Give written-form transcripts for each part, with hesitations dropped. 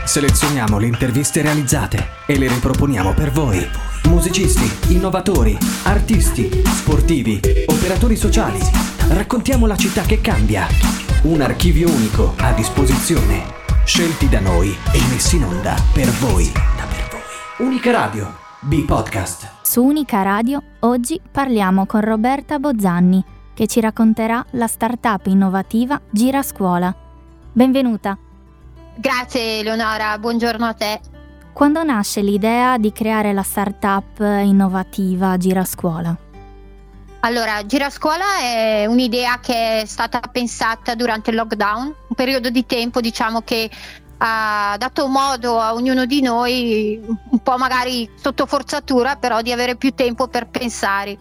Selezioniamo le interviste realizzate e le riproponiamo per voi. Musicisti, innovatori, artisti, sportivi, operatori sociali. Raccontiamo la città che cambia. Un archivio unico a disposizione. Scelti da noi e messi in onda per voi. Unica Radio, B-Podcast. Su Unica Radio oggi parliamo con Roberta Bozzanni, che ci racconterà la startup innovativa Girascuola. Benvenuta. Grazie Eleonora, buongiorno a te. Quando nasce l'idea di creare la startup innovativa Girascuola? Allora, Girascuola è un'idea che è stata pensata durante il lockdown, un periodo di tempo che ha dato modo a ognuno di noi, un po' magari sotto forzatura, però di avere più tempo per pensare.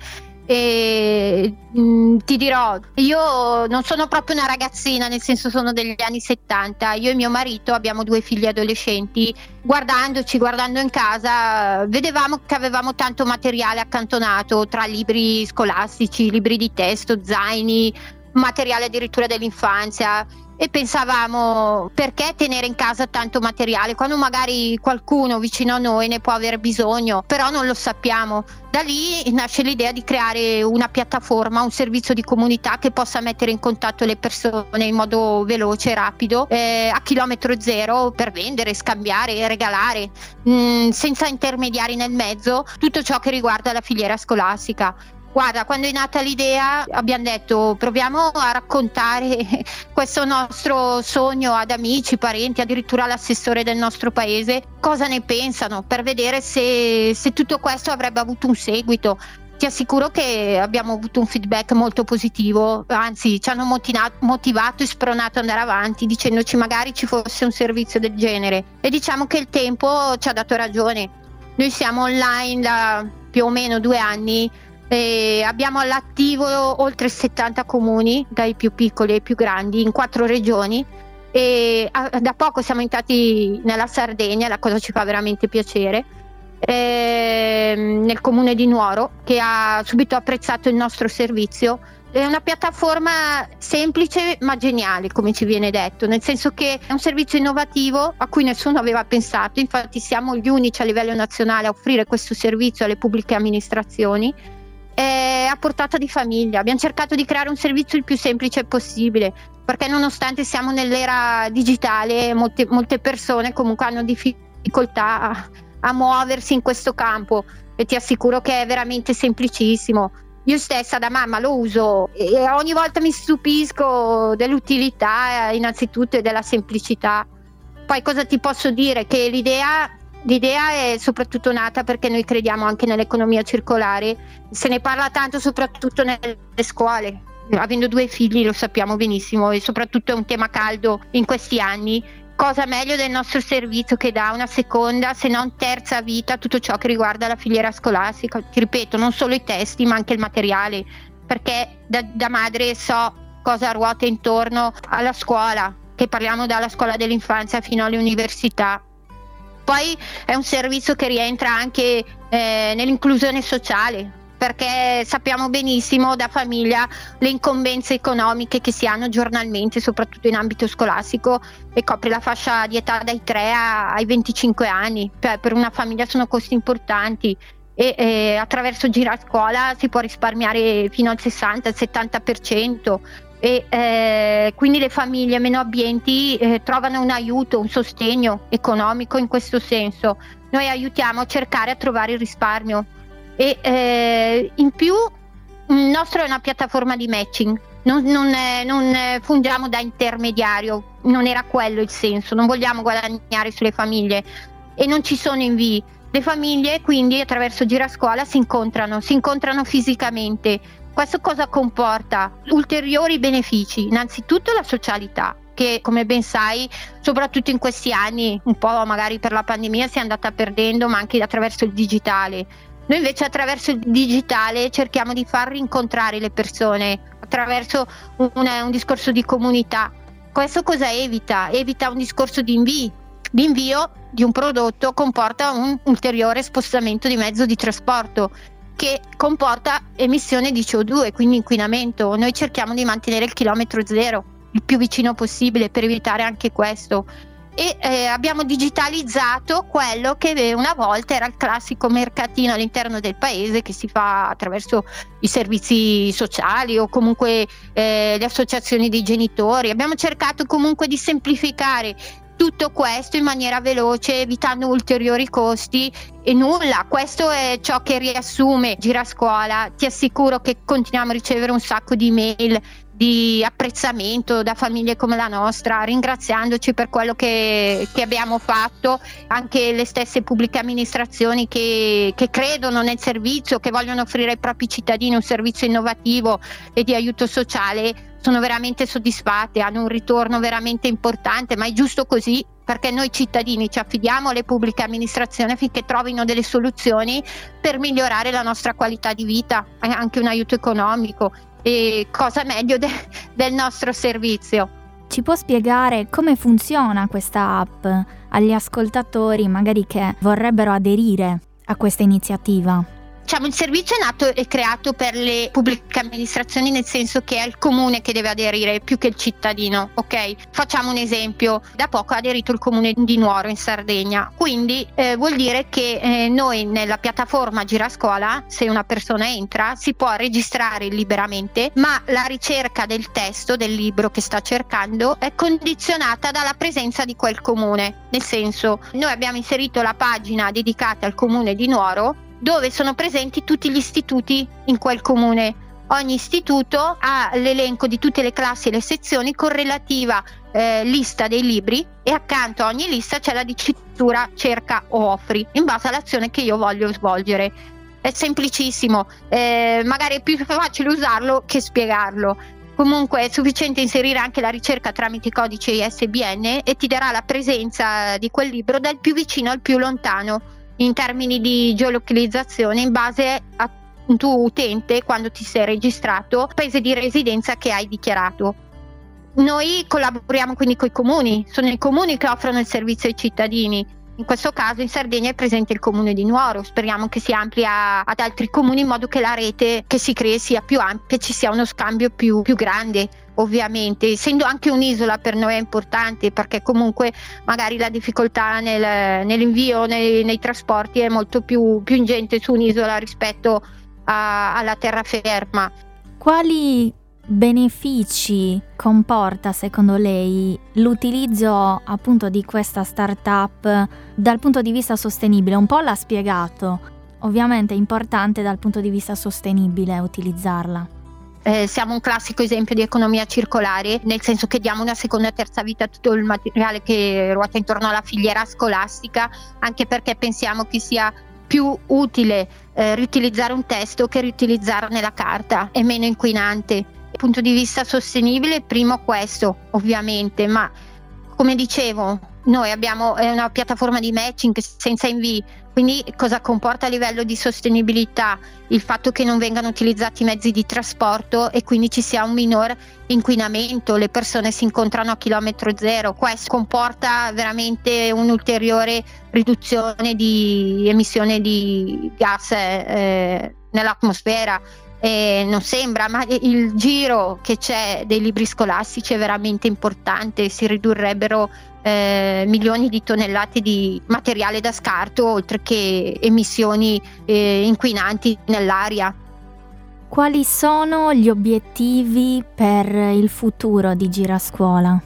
E ti dirò, io non sono proprio una ragazzina, nel senso sono degli anni 70. Io e mio marito abbiamo 2 figli adolescenti. Guardando in casa vedevamo che avevamo tanto materiale accantonato tra libri scolastici, libri di testo, zaini, materiale addirittura dell'infanzia, e pensavamo: perché tenere in casa tanto materiale quando magari qualcuno vicino a noi ne può avere bisogno, però non lo sappiamo. Da lì nasce l'idea di creare una piattaforma, un servizio di comunità che possa mettere in contatto le persone in modo veloce e rapido, a chilometro zero, per vendere, scambiare e regalare, senza intermediari nel mezzo, tutto ciò che riguarda la filiera scolastica. Guarda, quando è nata l'idea abbiamo detto: proviamo a raccontare questo nostro sogno ad amici, parenti, addirittura all'assessore del nostro paese, cosa ne pensano, per vedere se tutto questo avrebbe avuto un seguito. Ti assicuro che abbiamo avuto un feedback molto positivo, anzi ci hanno motivato e spronato ad andare avanti, dicendoci magari ci fosse un servizio del genere. E diciamo che il tempo ci ha dato ragione. Noi siamo online da più o meno 2 anni. E abbiamo all'attivo oltre 70 comuni, dai più piccoli ai più grandi, in 4 regioni, e da poco siamo entrati nella Sardegna, la cosa ci fa veramente piacere, nel comune di Nuoro, che ha subito apprezzato il nostro servizio. È una piattaforma semplice ma geniale, come ci viene detto, nel senso che è un servizio innovativo a cui nessuno aveva pensato. Infatti siamo gli unici a livello nazionale a offrire questo servizio alle pubbliche amministrazioni. È a portata di famiglia. Abbiamo cercato di creare un servizio il più semplice possibile, perché nonostante siamo nell'era digitale, molte persone comunque hanno difficoltà a muoversi in questo campo, e ti assicuro che è veramente semplicissimo. Io stessa da mamma lo uso e ogni volta mi stupisco dell'utilità, innanzitutto, e della semplicità. Poi cosa ti posso dire? Che l'idea è soprattutto nata perché noi crediamo anche nell'economia circolare. Se ne parla tanto soprattutto nelle scuole. Avendo 2 figli lo sappiamo benissimo, e soprattutto è un tema caldo in questi anni. Cosa meglio del nostro servizio, che dà una seconda, se non terza vita a tutto ciò che riguarda la filiera scolastica. Ti ripeto, non solo i testi ma anche il materiale, perché da madre so cosa ruota intorno alla scuola, che parliamo dalla scuola dell'infanzia fino alle università. Poi è un servizio che rientra anche nell'inclusione sociale, perché sappiamo benissimo da famiglia le incombenze economiche che si hanno giornalmente, soprattutto in ambito scolastico, e copre la fascia di età dai 3 ai 25 anni. Cioè, per una famiglia sono costi importanti, e attraverso Girascuola si può risparmiare fino al 60-70%. E quindi le famiglie meno abbienti trovano un aiuto, un sostegno economico in questo senso. Noi aiutiamo a cercare a trovare il risparmio, e in più il nostro è una piattaforma di matching, non fungiamo da intermediario, non era quello il senso, non vogliamo guadagnare sulle famiglie e non ci sono invii. Le famiglie quindi attraverso Girascuola si incontrano fisicamente. Questo cosa comporta? Ulteriori benefici. Innanzitutto la socialità, che come ben sai, soprattutto in questi anni, un po' magari per la pandemia, si è andata perdendo, ma anche attraverso il digitale. Noi invece attraverso il digitale cerchiamo di far rincontrare le persone attraverso un discorso di comunità. Questo cosa evita? Evita un discorso di invii. L'invio di un prodotto comporta un ulteriore spostamento di mezzo di trasporto, che comporta emissione di CO2, quindi inquinamento. Noi cerchiamo di mantenere il chilometro zero il più vicino possibile per evitare anche questo. e abbiamo digitalizzato quello che una volta era il classico mercatino all'interno del paese che si fa attraverso i servizi sociali o comunque le associazioni dei genitori. Abbiamo cercato comunque di semplificare tutto questo in maniera veloce, evitando ulteriori costi e nulla. Questo è ciò che riassume Girascuola. Ti assicuro che continuiamo a ricevere un sacco di email di apprezzamento da famiglie come la nostra, ringraziandoci per quello che abbiamo fatto. Anche le stesse pubbliche amministrazioni che credono nel servizio, che vogliono offrire ai propri cittadini un servizio innovativo e di aiuto sociale, sono veramente soddisfatte, hanno un ritorno veramente importante, ma è giusto così, perché noi cittadini ci affidiamo alle pubbliche amministrazioni affinché trovino delle soluzioni per migliorare la nostra qualità di vita, anche un aiuto economico, e cosa meglio del nostro servizio. Ci può spiegare come funziona questa app agli ascoltatori magari che vorrebbero aderire a questa iniziativa? Diciamo, il servizio è nato e creato per le pubbliche amministrazioni, nel senso che è il comune che deve aderire più che il cittadino, ok? Facciamo un esempio: da poco ha aderito il comune di Nuoro in Sardegna, quindi vuol dire che noi nella piattaforma Girascuola, se una persona entra, si può registrare liberamente, ma la ricerca del testo del libro che sta cercando è condizionata dalla presenza di quel comune. Nel senso, noi abbiamo inserito la pagina dedicata al comune di Nuoro, dove sono presenti tutti gli istituti in quel comune. Ogni istituto ha l'elenco di tutte le classi e le sezioni con relativa lista dei libri, e accanto a ogni lista c'è la dicitura cerca o offri in base all'azione che io voglio svolgere. È semplicissimo, magari è più facile usarlo che spiegarlo. Comunque è sufficiente inserire anche la ricerca tramite codice ISBN e ti darà la presenza di quel libro dal più vicino al più lontano, in termini di geolocalizzazione, in base a tu utente, quando ti sei registrato, paese di residenza che hai dichiarato. Noi collaboriamo quindi con i comuni, sono i comuni che offrono il servizio ai cittadini. In questo caso in Sardegna è presente il comune di Nuoro, speriamo che si ampli ad altri comuni in modo che la rete che si crei sia più ampia e ci sia uno scambio più grande. Ovviamente, essendo anche un'isola, per noi è importante, perché comunque magari la difficoltà nell'invio, nei trasporti è molto più ingente su un'isola rispetto alla terraferma. Quali benefici comporta secondo lei l'utilizzo appunto di questa startup dal punto di vista sostenibile? Un po' l'ha spiegato, ovviamente è importante dal punto di vista sostenibile utilizzarla. Siamo un classico esempio di economia circolare, nel senso che diamo una seconda e terza vita a tutto il materiale che ruota intorno alla filiera scolastica, anche perché pensiamo che sia più utile riutilizzare un testo che riutilizzarne nella carta, è meno inquinante. Dal punto di vista sostenibile, primo questo ovviamente, ma come dicevo noi abbiamo una piattaforma di matching senza invii, quindi cosa comporta a livello di sostenibilità? Il fatto che non vengano utilizzati mezzi di trasporto e quindi ci sia un minor inquinamento, le persone si incontrano a chilometro zero. Questo comporta veramente un'ulteriore riduzione di emissione di gas nell'atmosfera. Non sembra, ma il giro che c'è dei libri scolastici è veramente importante. Si ridurrebbero milioni di tonnellate di materiale da scarto, oltre che emissioni inquinanti nell'aria. Quali sono gli obiettivi per il futuro di Girascuola?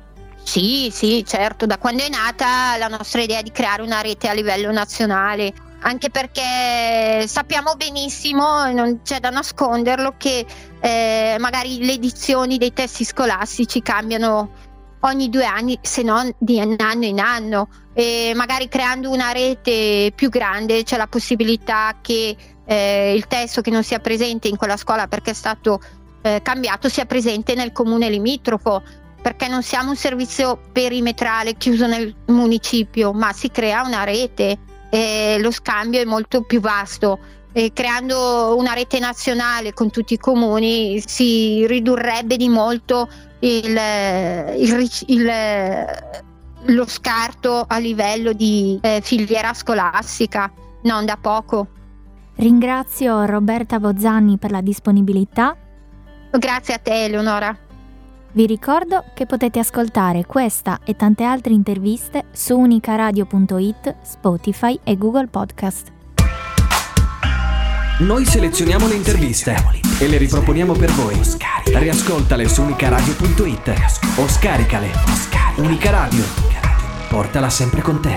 Sì, certo, da quando è nata la nostra idea è di creare una rete a livello nazionale, anche perché sappiamo benissimo, non c'è da nasconderlo, che magari le edizioni dei testi scolastici cambiano ogni 2 anni, se non di anno in anno, e magari creando una rete più grande c'è la possibilità che il testo che non sia presente in quella scuola perché è stato cambiato sia presente nel comune limitrofo, perché non siamo un servizio perimetrale chiuso nel municipio, ma si crea una rete e lo scambio è molto più vasto. E creando una rete nazionale con tutti i comuni si ridurrebbe di molto lo scarto a livello di filiera scolastica, non da poco. Ringrazio Roberta Bozzanni per la disponibilità. Grazie a te, Eleonora. Vi ricordo che potete ascoltare questa e tante altre interviste su unicaradio.it, Spotify e Google Podcast. Noi selezioniamo le interviste e le riproponiamo per voi. Riascoltale su unicaradio.it o scaricale. Unica Radio. Portala sempre con te.